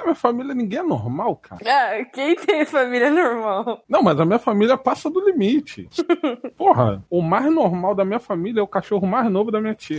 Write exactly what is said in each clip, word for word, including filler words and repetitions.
minha família, ninguém é normal, cara. Ah, quem tem família normal? Não, mas a minha família passa do limite. Porra, o mais normal da minha família é o cachorro mais novo da minha tia.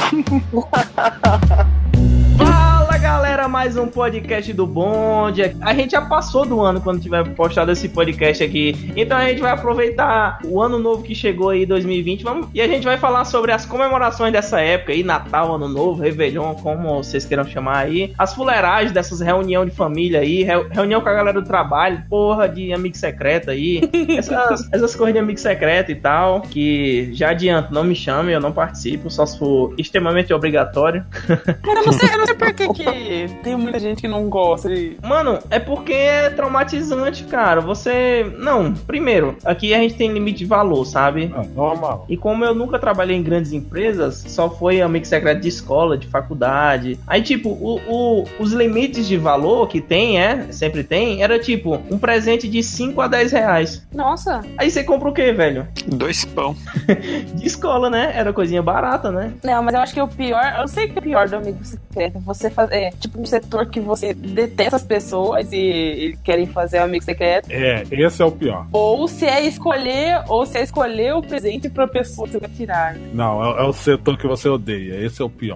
Fala, galera, mais um podcast do Bonde. A gente já passou do ano quando tiver postado esse podcast aqui. Então a gente vai aproveitar o ano novo que chegou aí, dois mil e vinte, vamos... e a gente vai falar sobre as comemorações dessa época aí, Natal, Ano Novo, Réveillon, como vocês queiram chamar aí. As fuleiragens dessas reuniões de família aí, reunião com a galera do trabalho, porra de amigo secreto aí. Essas, essas coisas de amigo secreto e tal, que já adianto, não me chamem, eu não participo, só se for extremamente obrigatório. Eu não sei, eu não sei por que que tem muita gente que não gosta de... Mano, é porque é traumatizante, cara. Você... Não, primeiro, aqui a gente tem limite de valor, sabe? Ah, normal. E como eu nunca trabalhei em grandes empresas, só foi amigo secreto de escola, de faculdade. Aí, tipo, o, o, os limites de valor que tem, é, sempre tem, era tipo, um presente de cinco a dez reais. Nossa. Aí você compra o quê, velho? Dois pão. De escola, né? Era coisinha barata, né? Não, mas eu acho que o pior... Eu sei que o pior do amigo secreto é você fazer... É, tipo, um setor que você detesta as pessoas e eles querem fazer um amigo secreto. É, esse é o pior. Ou se é escolher... Ou se é escolher o presente pra pessoa que você vai tirar. Não, é, é o setor que você odeia. Esse é o pior.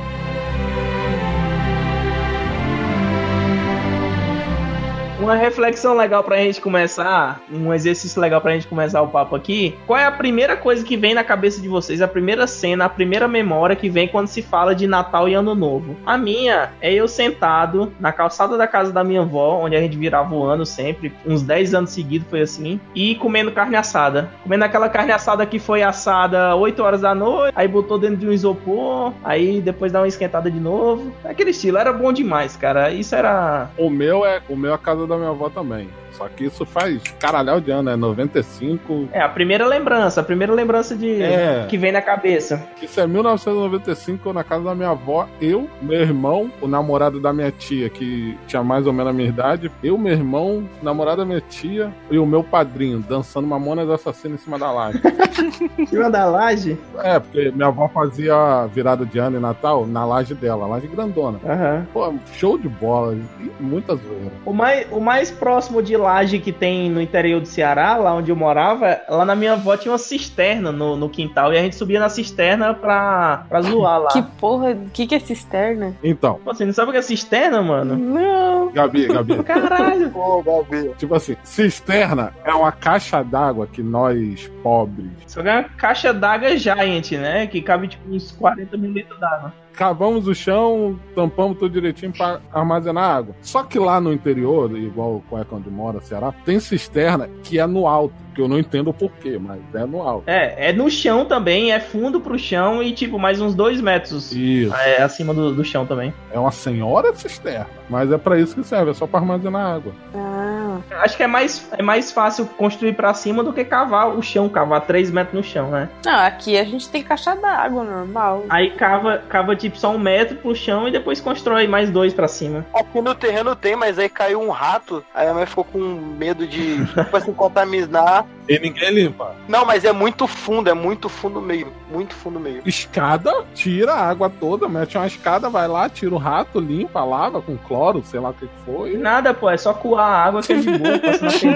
Uma reflexão legal pra gente começar, um exercício legal pra gente começar o papo aqui. Qual é a primeira coisa que vem na cabeça de vocês? A primeira cena, a primeira memória que vem quando se fala de Natal e Ano Novo? A minha é eu sentado na calçada da casa da minha avó, onde a gente virava o ano sempre, uns dez anos seguidos foi assim, e comendo carne assada. Comendo aquela carne assada que foi assada oito horas da noite, aí botou dentro de um isopor, aí depois dá uma esquentada de novo. Aquele estilo, era bom demais, cara. Isso era... O meu é, o meu é a casa da minha avó também. Só que isso faz caralhau de ano, é noventa e cinco. É, a primeira lembrança, a primeira lembrança de é. que vem na cabeça. Isso é mil novecentos e noventa e cinco, na casa da minha avó, eu, meu irmão, o namorado da minha tia, que tinha mais ou menos a minha idade, eu, meu irmão, o namorado da minha tia e o meu padrinho, dançando Mamonas Assassinas em cima da laje. Em cima da laje? É, porque minha avó fazia virada de ano e Natal na laje dela, laje grandona. Uhum. Pô, show de bola e muita zoeira. O mais, o mais próximo de laje que tem no interior do Ceará, lá onde eu morava, lá na minha avó tinha uma cisterna no, no quintal e a gente subia na cisterna pra, pra zoar lá. Que porra, o que, que é cisterna? Então. Você não sabe o que é cisterna, mano? Não. Gabi, Gabi. Caralho. Pô, Gabi. Tipo assim, cisterna é uma caixa d'água que nós, pobres... Só que é uma caixa d'água Giant, né? Que cabe tipo uns quarenta mil litros d'água. Cavamos o chão, tampamos tudo direitinho pra armazenar água. Só que lá no interior, igual o Cueca onde mora, Ceará, tem cisterna que é no alto. Que eu não entendo o porquê, mas é no alto. É, é no chão também, é fundo pro chão e tipo mais uns dois metros. Isso. É, acima do, do chão também. É uma senhora cisterna, mas é pra isso que serve, é só pra armazenar água. Ah. Acho que é mais, é mais fácil construir pra cima do que cavar o chão, cavar três metros no chão, né? Não, aqui a gente tem caixa d'água normal. Aí cava, cava tipo só um metro pro chão e depois constrói mais dois pra cima. Aqui no terreno tem, mas aí caiu um rato, aí a mãe ficou com medo de, tipo assim, contaminar. E ninguém limpa. Não, mas é muito fundo, é muito fundo meio, muito fundo meio. Escada, tira a água toda, mete uma escada, vai lá, tira o rato, limpa, lava com cloro, sei lá o que foi. E nada, pô, é só coar a água que é de boa, passa na T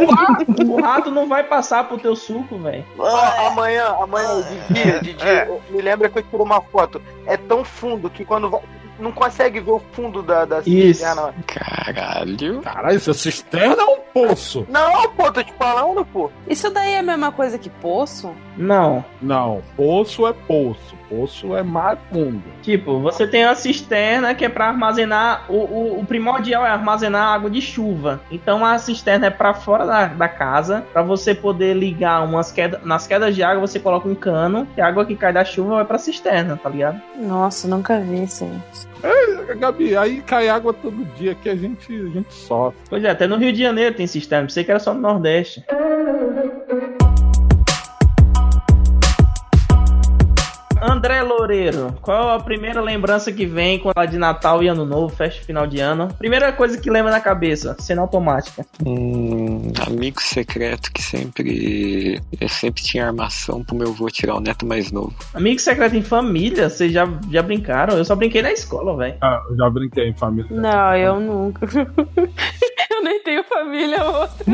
V. O rato não vai passar pro teu suco, velho. Ah, amanhã, amanhã, de dia, de dia, me lembra que eu tiro uma foto. É tão fundo que quando vai... não consegue ver o fundo da, da cisterna. Caralho. Caralho, essa cisterna é um poço. Não, pô, tô te falando, pô. Isso daí é a mesma coisa que poço? Não. Não, poço é poço. Poço é mais fundo. Tipo, você tem uma cisterna que é pra armazenar... O, o, o primordial é armazenar água de chuva. Então a cisterna é pra fora da, da casa, pra você poder ligar umas quedas... Nas quedas de água você coloca um cano, e a água que cai da chuva vai pra cisterna, tá ligado? Nossa, nunca vi isso aí. É, Gabi, aí cai água todo dia que a gente, a gente sofre. Pois é, até no Rio de Janeiro tem cisterna. Pensei que era só no Nordeste. André Lourenço. Loureiro, qual a primeira lembrança que vem quando fala de Natal e Ano Novo, festa final de ano? Primeira coisa que lembra na cabeça, cena automática. Um amigo secreto que sempre... Eu sempre tinha armação pro meu avô tirar o neto mais novo. Amigo secreto em família? Vocês já, já brincaram? Eu só brinquei na escola, velho. Ah, eu já brinquei em família. Não, eu nunca. Eu nem tenho família outra.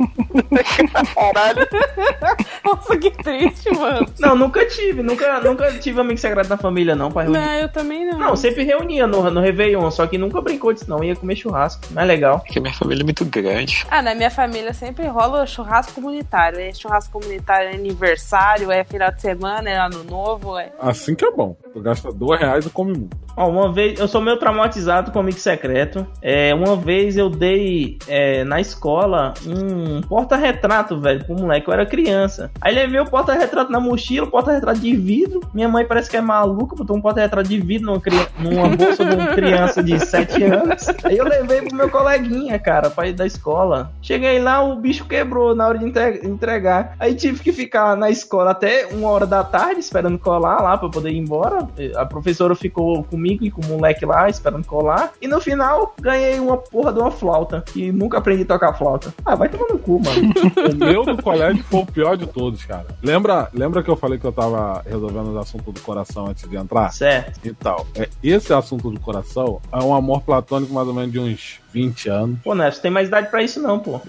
Caralho. Nossa, que triste, mano. Não, nunca tive. Nunca, nunca tive amigo secreto na família, não, pra reunir. Não, eu também não. Não, sempre reunia no, no Réveillon, só que nunca brincou disso, não. Ia comer churrasco. Não é legal. Porque minha família é muito grande. Ah, na minha família sempre rola churrasco comunitário. É churrasco comunitário, é aniversário, é final de semana, é ano novo. É... Assim que é bom. Tu gasta dois reais e come muito. Ó, uma vez, eu sou meio traumatizado com amigo secreto. É, uma vez eu dei é, na escola um porta-retrato, velho, pro moleque. Eu era criança. Aí levei o porta-retrato na mochila, o porta-retrato de vidro. Minha mãe parece que é maluca, botou um porta-retrato de vidro numa, cri... numa bolsa de uma criança de sete anos. Aí eu levei pro meu coleguinha, cara, pra ir da escola. Cheguei lá, o bicho quebrou na hora de entregar. Aí tive que ficar na escola até uma hora da tarde, esperando colar lá pra eu poder ir embora. A professora ficou comigo e com o moleque lá, esperando colar. E no final, ganhei uma porra de uma flauta. E nunca aprendi a tocar flauta. Ah, vai tomar no cu, mano. O meu do colégio foi o pior de todos, cara. Lembra, lembra que eu falei que eu tava resolvendo os assuntos do coração antes de entrar? Certo. Então, é, esse assunto do coração é um amor platônico mais ou menos de uns vinte anos. Pô, Neto, tem mais idade pra isso não, pô.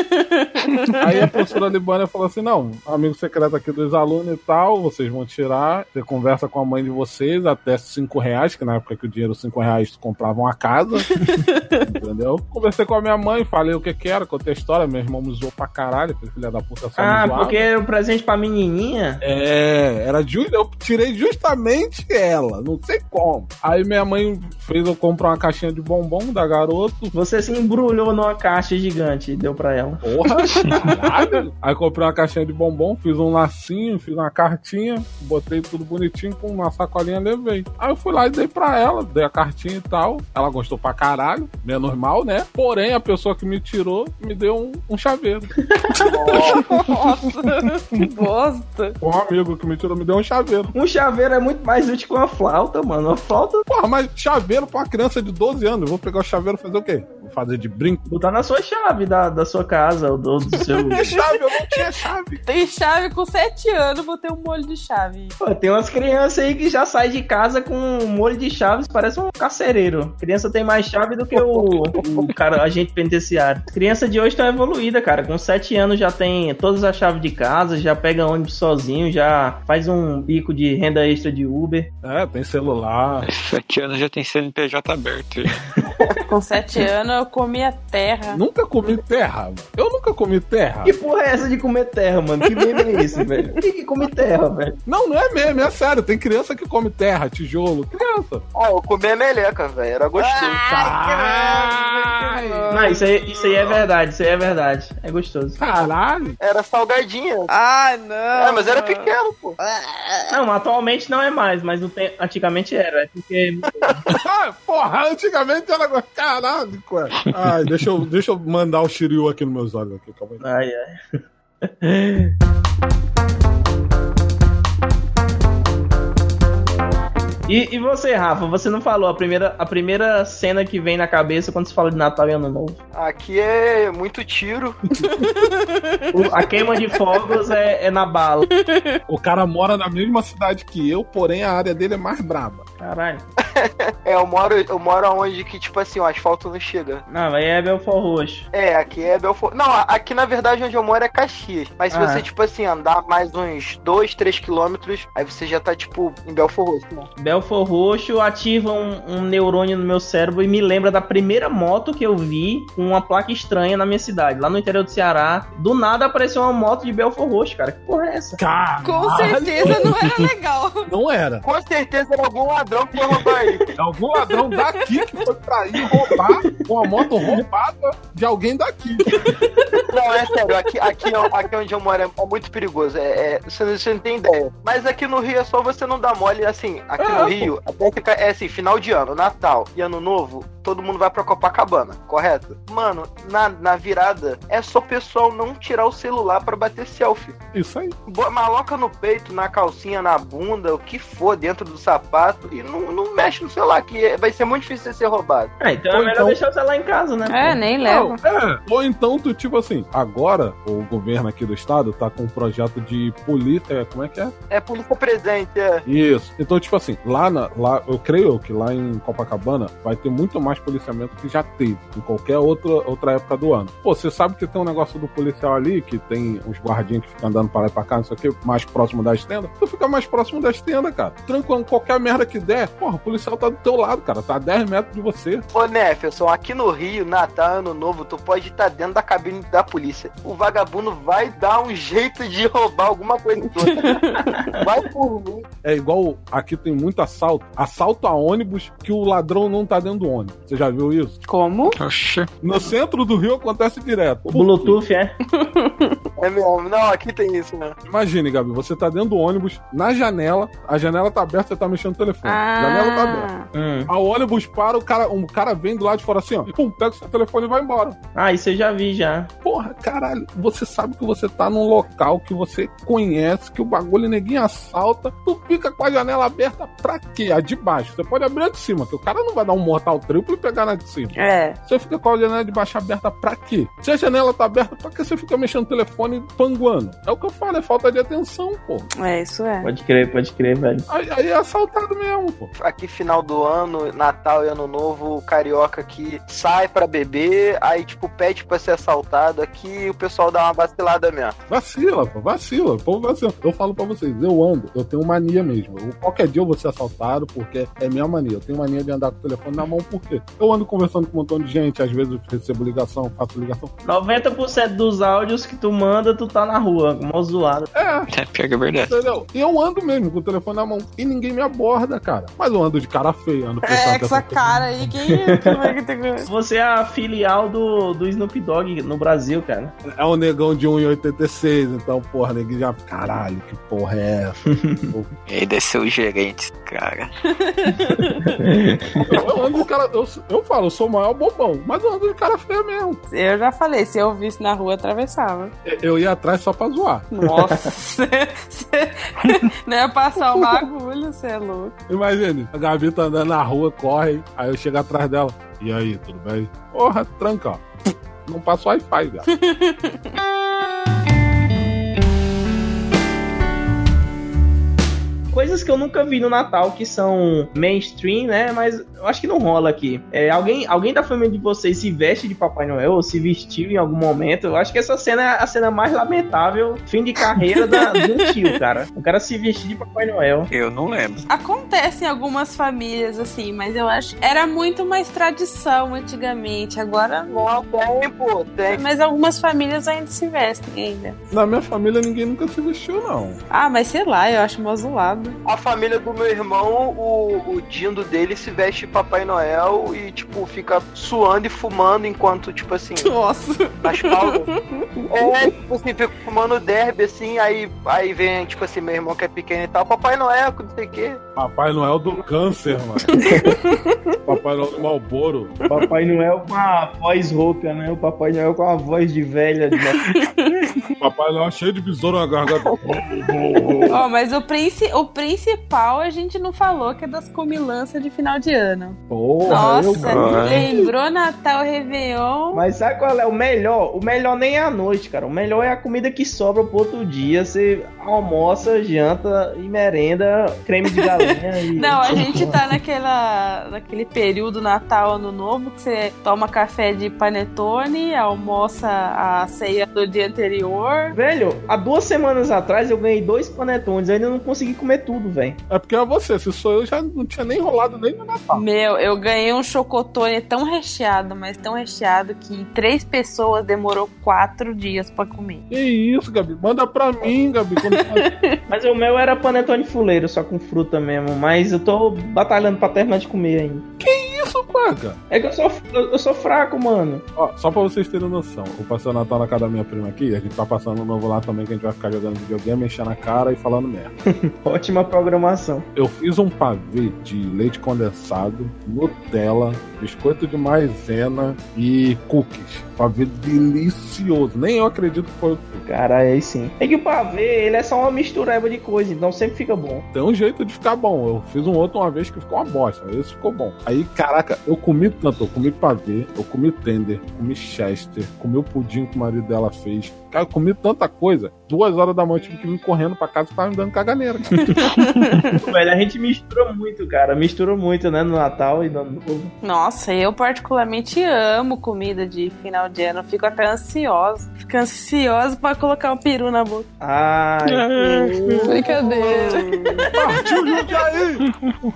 Aí a professora Libânia falou assim, não, amigo secreto aqui dos alunos e tal, vocês vão tirar, você conversa com a mãe de vocês até cinco reais, que na época que o dinheiro cinco reais comprava uma casa, entendeu? Conversei com a minha mãe, falei o que que era, contei a história, meu irmão me zoou pra caralho, aquele filho da puta só ah, me zoava. Porque era um presente pra menininha? É, era ju- eu tirei justamente ela, não sei como. Aí minha mãe fez eu comprar uma caixinha de bombom da garoto. Você se embrulhou numa caixa gigante e deu pra ela. Porra, caralho. Aí comprei uma caixinha de bombom, fiz um lacinho, fiz uma cartinha, botei tudo bonitinho com uma sacolinha, levei. Aí eu fui lá e dei pra ela, dei a cartinha e tal. Ela gostou pra caralho, menos mal, né? Porém, a pessoa que me tirou me deu um, um chaveiro. Nossa, que bosta. Um amigo que me tirou me deu um chaveiro. Um chaveiro é muito mais útil que uma flauta, mano. Uma flauta... Porra, mas chaveiro pra uma criança de doze anos. Eu vou pegar o chaveiro e fazer o quê? Vou fazer de brinco? Botar na sua chave da, da sua casa, ou do, do seu... Que chave? Eu não tinha chave. Tem chave com sete anos, vou ter um molho de chave. Pô, tem umas crianças aí que já saem de casa com um molho de chaves, parece um carcereiro. Criança tem mais chave do que o, o cara, agente penitenciário. Criança de hoje tá evoluída, cara. Com sete anos já tem todas as chaves de casa, já pega ônibus sozinho, já faz um bico de renda extra de Uber. É, tem celular. Sete anos já tem C N P J aberto. Com sete anos eu comia terra. Nunca comi terra. Eu nunca comi terra. Que porra é essa de comer terra, mano? Que meme é esse, velho? Quem que come terra, velho? Não, não é meme, é sério. Tem criança que come terra, tijolo. Criança. Ah, eu comia meleca, velho. Era gostoso. Ai, Não, isso aí, isso aí é verdade, isso aí é verdade. É gostoso. caralho. Era salgadinha. Ai, não. É, mas era pequeno, pô. Não, atualmente não é mais, mas no tempo, antigamente era. É porque... Porra, antigamente era... Caralho, ué. Ai, deixa eu, deixa eu mandar o Shiryu aqui nos meus olhos. Aqui, calma aí. Ai, ai. E, e você, Rafa, você não falou a primeira, a primeira cena que vem na cabeça quando se fala de Natal e Ano Novo? Aqui é muito tiro. O- a queima de fogos é, é na bala. O cara mora na mesma cidade que eu, porém a área dele é mais braba. Caralho. É, eu moro, eu moro onde que, tipo assim, o asfalto não chega. Não, aí é Belfort Roxo. É, aqui é Belfort. Não, aqui na verdade onde eu moro é Caxias. Mas se Ah. você, tipo assim, andar mais uns dois, três quilômetros, aí você já tá, tipo, em Belfort Roxo, né? Belfort Roxo ativa um, um neurônio no meu cérebro e me lembra da primeira moto que eu vi com uma placa estranha na minha cidade, lá no interior do Ceará. Do nada apareceu uma moto de Belfort Roxo, cara. Que porra é essa? Caralho. Com certeza não era legal. Não era. Com certeza era algum ladrão que foi roubar aí. É algum ladrão daqui que foi pra ir roubar com a moto roubada de alguém daqui. Não, é sério, aqui, aqui, aqui onde eu moro é, é muito perigoso, é, é, você, você não tem ideia. Mas aqui no Rio é só você não dar mole, assim, aqui é, no Rio, até fica, é assim, final de ano, Natal e Ano Novo, todo mundo vai pra Copacabana, correto? Mano, na, na virada, é só o pessoal não tirar o celular pra bater selfie. Isso aí. Maloca no peito, na calcinha, na bunda, o que for, dentro do sapato, e não, não mexe no celular, que vai ser muito difícil de ser roubado. Ah, então Ou é melhor então... deixar o celular em casa, né? É, nem leva. É, ou então tu, tipo assim, agora o governo aqui do estado tá com um projeto de polícia, como é que é? É polícia presente, é. Isso. Então, tipo assim, lá, na, lá eu creio que lá em Copacabana vai ter muito mais policiamento que já teve em qualquer outra, outra época do ano. Pô, você sabe que tem um negócio do policial ali, que tem uns guardinhas que ficam andando para lá e pra cá, não sei o que, mais próximo das tendas. Tu fica mais próximo das tendas, cara. Tranquilo, qualquer merda que der, porra, o policial tá do teu lado, cara. Tá a dez metros de você. Ô, Neferson, aqui no Rio, Natal, Ano Novo, tu pode estar dentro da cabine da polícia. O vagabundo vai dar um jeito de roubar alguma coisa toda. Vai por mim. É igual aqui tem muito assalto. Assalto a ônibus que o ladrão não tá dentro do ônibus. Você já viu isso? Como? Oxê. No centro do Rio acontece direto. O Bluetooth, é? É mesmo. Não, aqui tem isso, né? Imagine, Gabi, você tá dentro do ônibus, na janela, a janela tá aberta, você tá mexendo no telefone. Ah. A janela tá aberta. Hum. A ônibus para, o cara, um cara vem do lado de fora assim, ó. Pum, pega o seu telefone e vai embora. Ah, isso eu já vi, já. Porra, caralho, você sabe que você tá num local que você conhece, que o bagulho neguinho assalta, tu fica com a janela aberta pra quê? A de baixo. Você pode abrir a de cima, que o cara não vai dar um mortal triplo e pegar na de cima. É. Você fica com a janela de baixo aberta pra quê? Se a janela tá aberta, pra que você fica mexendo no telefone e panguando? É o que eu falo, é falta de atenção, pô. É, isso é. Pode crer, pode crer, velho. Aí, aí é assaltado mesmo, pô. Aqui, final do ano, Natal e Ano Novo, o carioca que sai pra beber, aí, tipo, pede pra ser assaltado. Aqui o pessoal dá uma vacilada mesmo. Vacila, pô, vacila. Pô, vacila. Eu falo pra vocês, eu ando, eu tenho mania mesmo. Eu, qualquer dia eu vou ser assaltado, porque é minha mania. Eu tenho mania de andar com o telefone na mão, por quê? Eu ando conversando com um montão de gente, às vezes eu recebo ligação, faço ligação. noventa por cento dos áudios que tu manda, tu tá na rua, mó zoado. É. É, pior que é verdade. Entendeu? E eu ando mesmo com o telefone na mão. E ninguém me aborda, cara. Mas eu ando de cara feia, ando É, com essa cara aí, quem é que vai que tem que... Você é a filial do, do Snoop Dogg no Brasil, cara. É um negão de um e oitenta e seis, então, porra, neguinho já... Caralho, que porra é essa? Ele deve ser o gerente, cara. eu, eu ando de cara... Eu, eu falo, eu sou o maior bobão, mas eu ando de cara feia mesmo. Eu já falei, se eu visse na rua, eu atravessava. Eu, eu ia atrás só pra zoar. Nossa, você não ia passar um bagulho, você é louco. Imagine, a Gabi tá andando na rua, corre, aí eu chego atrás dela. E aí, tudo bem? Porra, tranca, ó. Não passa Wi-Fi, cara. Coisas que eu nunca vi no Natal, que são mainstream, né? Mas eu acho que não rola aqui. É, alguém, alguém da família de vocês se veste de Papai Noel ou se vestiu em algum momento? Eu acho que essa cena é a cena mais lamentável, fim de carreira da, do tio, cara. O cara se vestir de Papai Noel. Eu não lembro. Acontece em algumas famílias, assim, mas eu acho que era muito mais tradição antigamente. Agora Não, tem, pô, tem. mas algumas famílias ainda se vestem ainda. Na minha família, ninguém nunca se vestiu, não. Ah, mas sei lá, eu acho mó zoado. A família do meu irmão, o, o dindo dele se veste de Papai Noel e, tipo, fica suando e fumando enquanto, tipo assim, Nossa. nas pausas. É, tipo assim, fica fumando derby, assim, aí, aí vem, tipo assim, meu irmão que é pequeno e tal, Papai Noel, não sei o quê. Papai Noel do câncer, mano. Papai Noel do Malboro. Papai Noel com a voz rouca, né? O Papai Noel com a voz de velha. De... Papai Noel cheio de besouro na garganta. Ó, oh, mas o, princi- o principal a gente não falou, que é das comilanças de final de ano. Porra, Nossa, eu... lembrou Natal, Réveillon. Mas sabe qual é o melhor? O melhor nem é a noite, cara. O melhor é a comida que sobra pro outro dia. Você almoça, janta e merenda, creme de galinha e... Não, a gente tá naquela, naquele período Natal, Ano Novo, que você toma café de panetone, almoça a ceia do dia anterior. Velho, há duas semanas atrás eu ganhei dois panetones, eu ainda não consegui comer tudo, velho. É porque é você, se sou eu, já não tinha nem rolado nem no Natal. Meu, eu ganhei um chocotone tão recheado, mas tão recheado, que três pessoas demorou quatro dias pra comer. Que isso, Gabi? Manda pra mim, Gabi. Quando... Mas o meu era panetone fuleiro, só com fruta mesmo. Mas eu tô batalhando pra terminar de comer ainda. Que isso, pô? Ué, cara. É que eu sou, eu, eu sou fraco, mano. Ó, só pra vocês terem noção, eu passei o Natal na casa da minha prima aqui, a gente tá passando um novo lá também, que a gente vai ficar jogando videogame, enchendo a cara e falando merda. Ótima programação. Eu fiz um pavê de leite condensado, Nutella, biscoito de maisena e cookies. Pavê delicioso. Nem eu acredito que foi o que foi. Cara, aí sim. É que o pavê, ele é só uma mistureba de coisa, então sempre fica bom. Tem um jeito de ficar bom. Eu fiz um outro uma vez que ficou uma bosta. Esse ficou bom. Aí, caraca, eu comi tanto. Eu comi pavê, eu comi tender, comi chester, comi o pudim que o marido dela fez. Cara, eu comi tanta coisa. Duas horas da manhã eu tive que vir correndo pra casa e tava me dando caganeira. Velho, a gente mistura muito, cara. Mistura muito, né? No Natal e no Ano Novo. Nossa, eu particularmente amo comida de final de ano. Fico até ansiosa. Fico ansiosa pra colocar um peru na boca. Ai, Brincadeira. Partiu Jundiaí!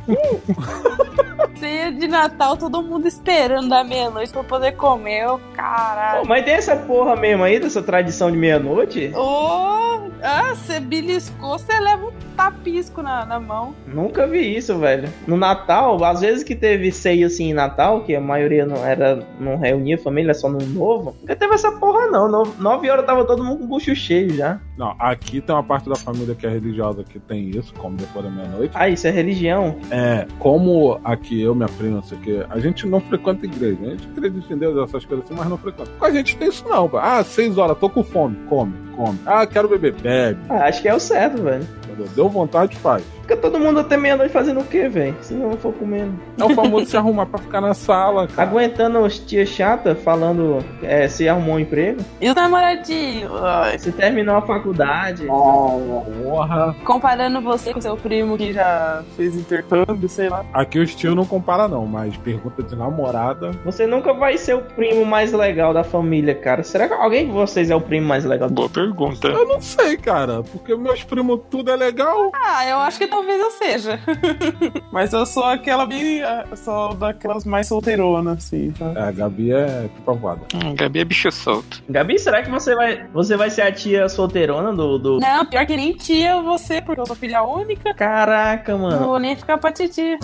Ceia de Natal, todo mundo esperando da meia-noite pra poder comer. Oh, caralho. pô, mas tem essa porra mesmo aí, dessa tradição de meia-noite? Oh, ah, você beliscou, você leva um tapisco na, na mão. Nunca vi isso, velho. No Natal, às vezes que teve ceia assim em Natal, que a maioria não era, não reunia família, só no Novo, nunca teve essa porra não. No, nove horas tava todo mundo com o bucho cheio já. Não, aqui tem uma parte da família que é religiosa que tem isso, como depois da meia-noite. Ah, isso é religião? É, como aqui eu, minha prima, não sei o que, a gente não frequenta igreja. A gente acredita em Deus, essas coisas assim, mas não frequenta. Com a gente tem isso não, pô. Ah, seis horas, tô com fome. Come, come. Ah, quero beber. Bebe. Ah, acho que é o certo, velho. Deu vontade, faz. Fica todo mundo até meia-noite fazendo o quê, velho? Se não for comendo. É o famoso se arrumar pra ficar na sala, cara. Aguentando os tia chata falando é, se arrumou um emprego. E o namoradinho? Ai. Se terminou a faculdade. Porra. Comparando você com seu primo que já fez intercâmbio, sei lá. Aqui o estilo não compara não, mas pergunta de namorada. Você nunca vai ser o primo mais legal da família, cara. Será que alguém de vocês é o primo mais legal? Boa pergunta. Eu não sei, cara, porque meus primos tudo é legal. Ah, eu acho que talvez eu seja. Mas eu sou aquela bem. Eu sou daquelas mais solteironas, assim, tá? É, a Gabi é pipa voada. Hum, Gabi é bicho solto. Gabi, será que você vai, você vai ser a tia solteirona do, do... Não, pior que nem tia você, porque eu sou filha única. Caraca, Não mano. vou nem ficar pra titia.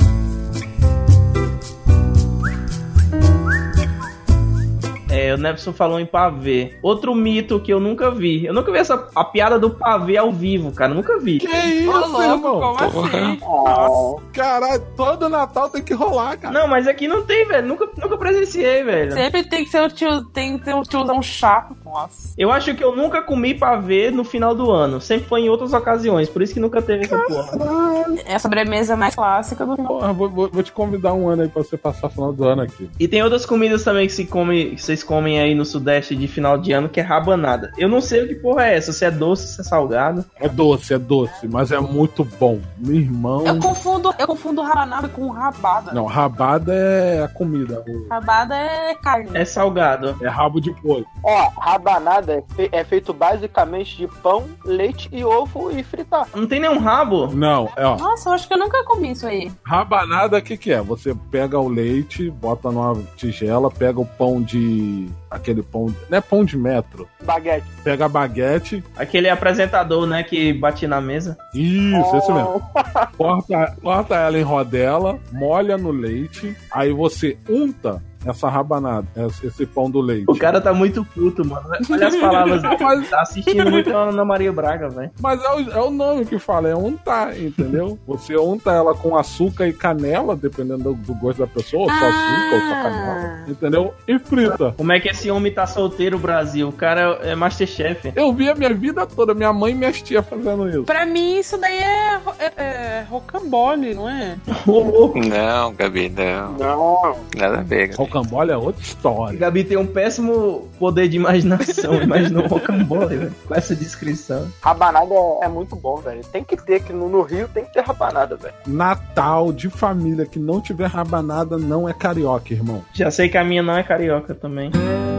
É, o Nepson falou em pavê. Outro mito que eu nunca vi. Eu nunca vi essa a piada do pavê ao vivo, cara. Nunca vi. Que isso, Ô, louco, irmão? como Porra. assim? Oh, Caralho, todo Natal tem que rolar, cara. Não, mas aqui não tem, velho. Nunca, nunca presenciei, velho. Sempre tem que ser um tio, tem que ter um tiozão chato. Nossa. Eu acho que eu nunca comi pavê no final do ano. Sempre foi em outras ocasiões. Por isso que nunca teve essa porra. É a sobremesa mais clássica do final. Porra, vou, vou, vou te convidar um ano aí pra você passar o final do ano aqui. E tem outras comidas também que, se come, que vocês comem aí no Sudeste de final de ano, que é rabanada. Eu não sei o que porra é essa. Se é doce, se é salgado. É doce, é doce, mas é muito bom. Meu irmão... Eu confundo, eu confundo rabanada com rabada. Não, rabada é a comida. Rabada é carne. É salgado. É rabo de porco. ó, rabanada é, fe- é feito basicamente de pão, leite e ovo e fritar. Não tem nenhum rabo? Não, é ó. Nossa, eu acho que eu nunca comi isso aí. Rabanada, o que que é? Você pega o leite, bota numa tigela, pega o pão de... Aquele pão... Não é pão de metro. Baguete. Pega a baguete. Aquele apresentador, né, que bate na mesa. Isso, esse mesmo. Corta, corta ela em rodela, molha no leite, aí você unta essa rabanada, esse esse pão do leite. O cara tá muito puto, mano. Olha as palavras. Mas, Tá assistindo muito a Ana Maria Braga, velho. mas é, o, é o nome que fala, é untar, entendeu? Você unta ela com açúcar e canela, dependendo do, do gosto da pessoa, ou só açúcar ou só canela, entendeu? E frita. Como é que esse homem tá solteiro, Brasil? O cara é Masterchef. Eu vi a minha vida toda, minha mãe e minhas tias fazendo isso. Pra mim, isso daí é, ro- é, é rocambole, não é? Ô, louco. Não, Gabi, não. Não. Nada a ver, Gabi. Rocambole é outra história. Gabi tem um péssimo poder de imaginação. Imaginou um rocambole, velho. Com essa descrição. Rabanada é, é muito bom, velho. Tem que ter, que no, no Rio tem que ter rabanada, velho. Natal de família que não tiver rabanada não é carioca, irmão. Já sei que a minha não é carioca também.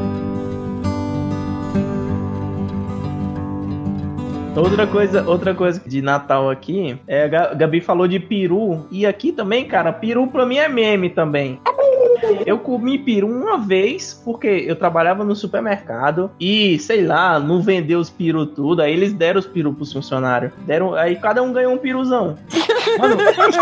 Outra coisa, outra coisa de Natal aqui, é, a Ga- Gabi falou de peru, e aqui também, cara, peru pra mim é meme também. Eu comi peru uma vez, porque eu trabalhava no supermercado e, sei lá, não vendeu os peru tudo, aí eles deram os peru pros funcionários. Deram, aí cada um ganhou um piruzão. Mano,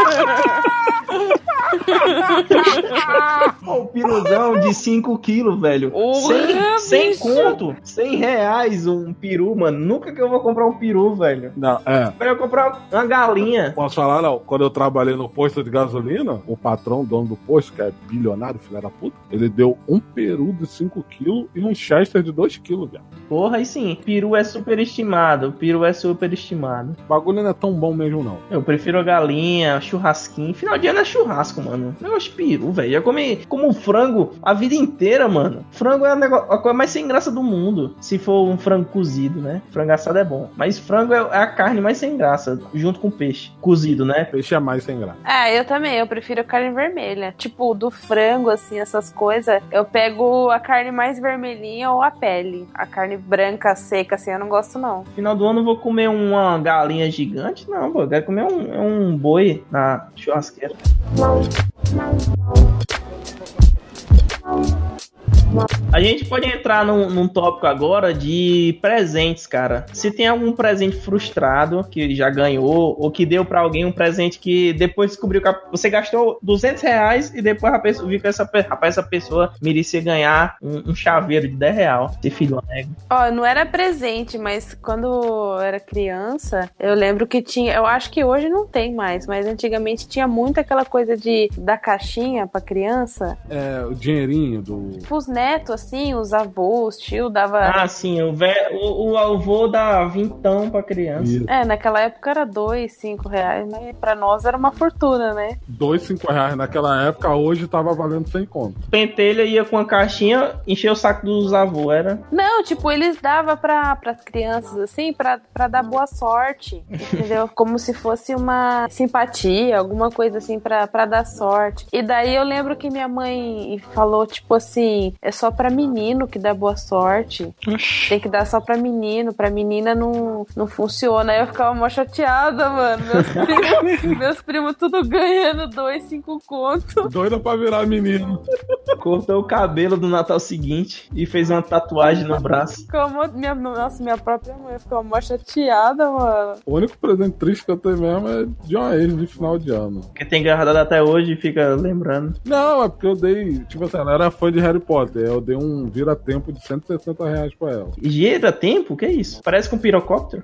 um piruzão de cinco quilos, velho. Sem conto, cem reais um peru, mano. Nunca que eu vou comprar um peru, velho. Não, é. Eu vou comprar uma galinha. Posso falar, não? Quando eu trabalhei no posto de gasolina, o patrão, dono do posto, que é bilionário, filho da puta, ele deu um peru de cinco quilos e um chester de dois quilos, velho. Porra, aí sim. Peru é superestimado. Peru é superestimado. O bagulho não é tão bom mesmo, não. Eu prefiro a galinha, churrasquinho. Final de ano é churrasco, mano. Eu gosto de peru, velho. Eu comi como frango a vida inteira, mano. Frango é a, nego... a coisa mais sem graça do mundo. Se for um frango cozido, né? Frango assado é bom. Mas frango é a carne mais sem graça, junto com peixe. Cozido, né? Peixe é mais sem graça. Ah, eu também. Eu prefiro carne vermelha. Tipo, do frango, assim, essas coisas. Eu pego a carne mais vermelhinha ou a pele. A carne branca, seca, assim, eu não gosto, não. Final do ano eu vou comer uma galinha gigante? Não, pô. Eu quero comer um, um boi na churrasqueira. A gente pode entrar num, num tópico agora de presentes, cara. Se tem algum presente frustrado que já ganhou, ou que deu pra alguém um presente que depois descobriu que você gastou duzentos reais e depois a pessoa viu que essa, rapaz, essa pessoa merecia ganhar um, um chaveiro de dez reais. Esse filho nego. Ó, não era presente, mas quando eu era criança, eu lembro que tinha, eu acho que hoje não tem mais, mas antigamente tinha muito aquela coisa de da caixinha pra criança. É, o dinheirinho do... Os netos, assim, os avôs, os tio dava... Ah, sim, o, vé... o, o avô dá vintão pra criança. Isso. É, naquela época era dois, cinco reais, mas pra nós era uma fortuna, né? Dois, cinco reais naquela época, hoje tava valendo sem conto. Pentelha ia com a caixinha, encher o saco dos avôs, era? Não, tipo, eles davam pra, pras crianças, assim, pra, pra dar boa sorte, entendeu? Como se fosse uma simpatia, alguma coisa assim, pra, pra dar sorte. E daí eu lembro que minha mãe falou, tipo assim, é só pra menino que dá boa sorte. Tem que dar só pra menino, pra menina não, não funciona. Aí eu ficava mó chateada, mano. Meus primos, meus primos tudo ganhando dois, cinco contos. Doida pra virar menino. Cortou o cabelo do Natal seguinte e fez uma tatuagem no braço. Como minha, nossa, minha própria mãe ficou mó chateada, mano. O único presente triste que eu tenho mesmo é de uma ex de final de ano. Que tem guardado até hoje e fica lembrando. Não, é porque eu dei, tipo assim, ela era fã de Harry Potter. Eu dei um vira-tempo de cento e sessenta reais pra ela. Vira-tempo? O que é isso? Parece com um pirocóptero.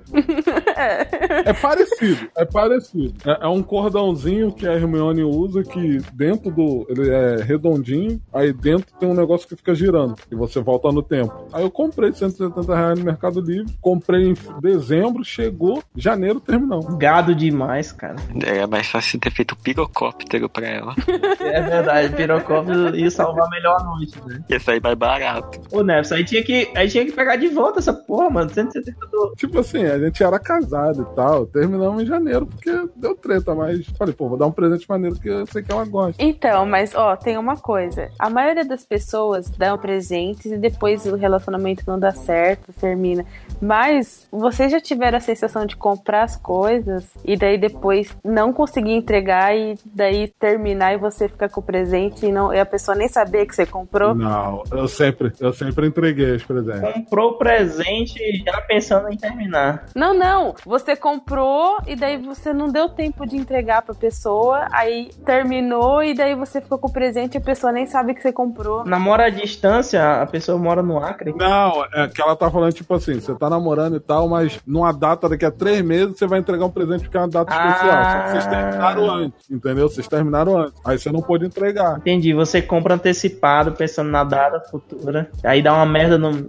É parecido, é parecido. É, é um cordãozinho que a Hermione usa que dentro do... Ele é redondinho, aí dentro tem um negócio que fica girando e você volta no tempo. Aí eu comprei de cento e setenta reais no Mercado Livre, comprei em dezembro, chegou, janeiro terminou. Gado demais, cara. É mais fácil ter feito pirocóptero pra ela. É verdade, pirocóptero ia salvar melhor a noite, né? Ia sair mais barato. Ô, Neves, aí tinha que, aí tinha que pegar de volta essa porra, mano. cento e setenta dólares. Tipo assim, a gente era casado e tal, terminamos em janeiro porque deu treta, mas falei, pô, vou dar um presente maneiro que eu sei que ela gosta. Então, mas ó, tem uma coisa. A maioria das pessoas dão presentes e depois o relacionamento não dá certo, termina. Mas vocês já tiveram a sensação de comprar as coisas e daí depois não conseguir entregar e daí terminar e você ficar com o presente e, não, e a pessoa nem saber que você comprou? Não, eu sempre, eu sempre entreguei os presentes. Comprou o presente já pensando em terminar. Não, não. Você comprou e daí você não deu tempo de entregar pra pessoa, aí terminou e daí você ficou com o presente e a pessoa nem sabe que você comprou. Namora à distância, a pessoa mora no Acre. Não, é que ela tá falando tipo assim, você tá namorando e tal, mas numa data daqui a três meses você vai entregar um presente porque é uma data Ah. especial. Só que vocês terminaram antes, entendeu? Vocês terminaram antes. Aí você não pôde entregar. Entendi, você compra antecipado pensando na data futura. Aí dá uma merda no...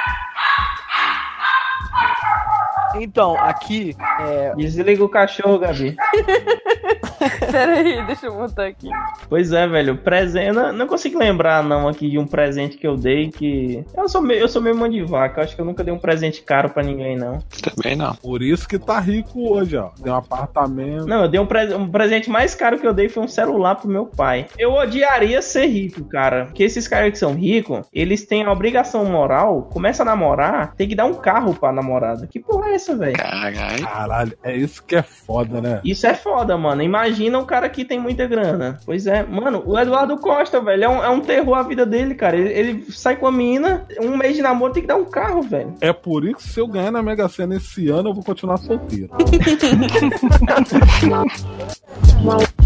Então, aqui, é... Desliga o cachorro, Gabi. Peraí, deixa eu montar aqui. Pois é, velho, presente... Eu não, não consigo lembrar, não, aqui de um presente que eu dei que... Eu sou meio, eu sou meio mão de vaca, eu acho que eu nunca dei um presente caro pra ninguém, não. Também não. Por isso que tá rico hoje, ó. Tem um apartamento. Não, eu dei um, pre... um presente mais caro que eu dei foi um celular pro meu pai. Eu odiaria ser rico, cara. Porque esses caras que são ricos, eles têm a obrigação moral, começa a namorar, tem que dar um carro pra namorada. Que porra é essa, velho? Caralho. Caralho, é isso que é foda, né? Isso é foda, mano. Imagina imagina um cara que tem muita grana. Pois é, mano, o Eduardo Costa, velho, é um, é um terror a vida dele, cara. Ele, ele sai com a mina, um mês de namoro tem que dar um carro, velho. É por isso que se eu ganhar na Mega Sena esse ano, eu vou continuar solteiro.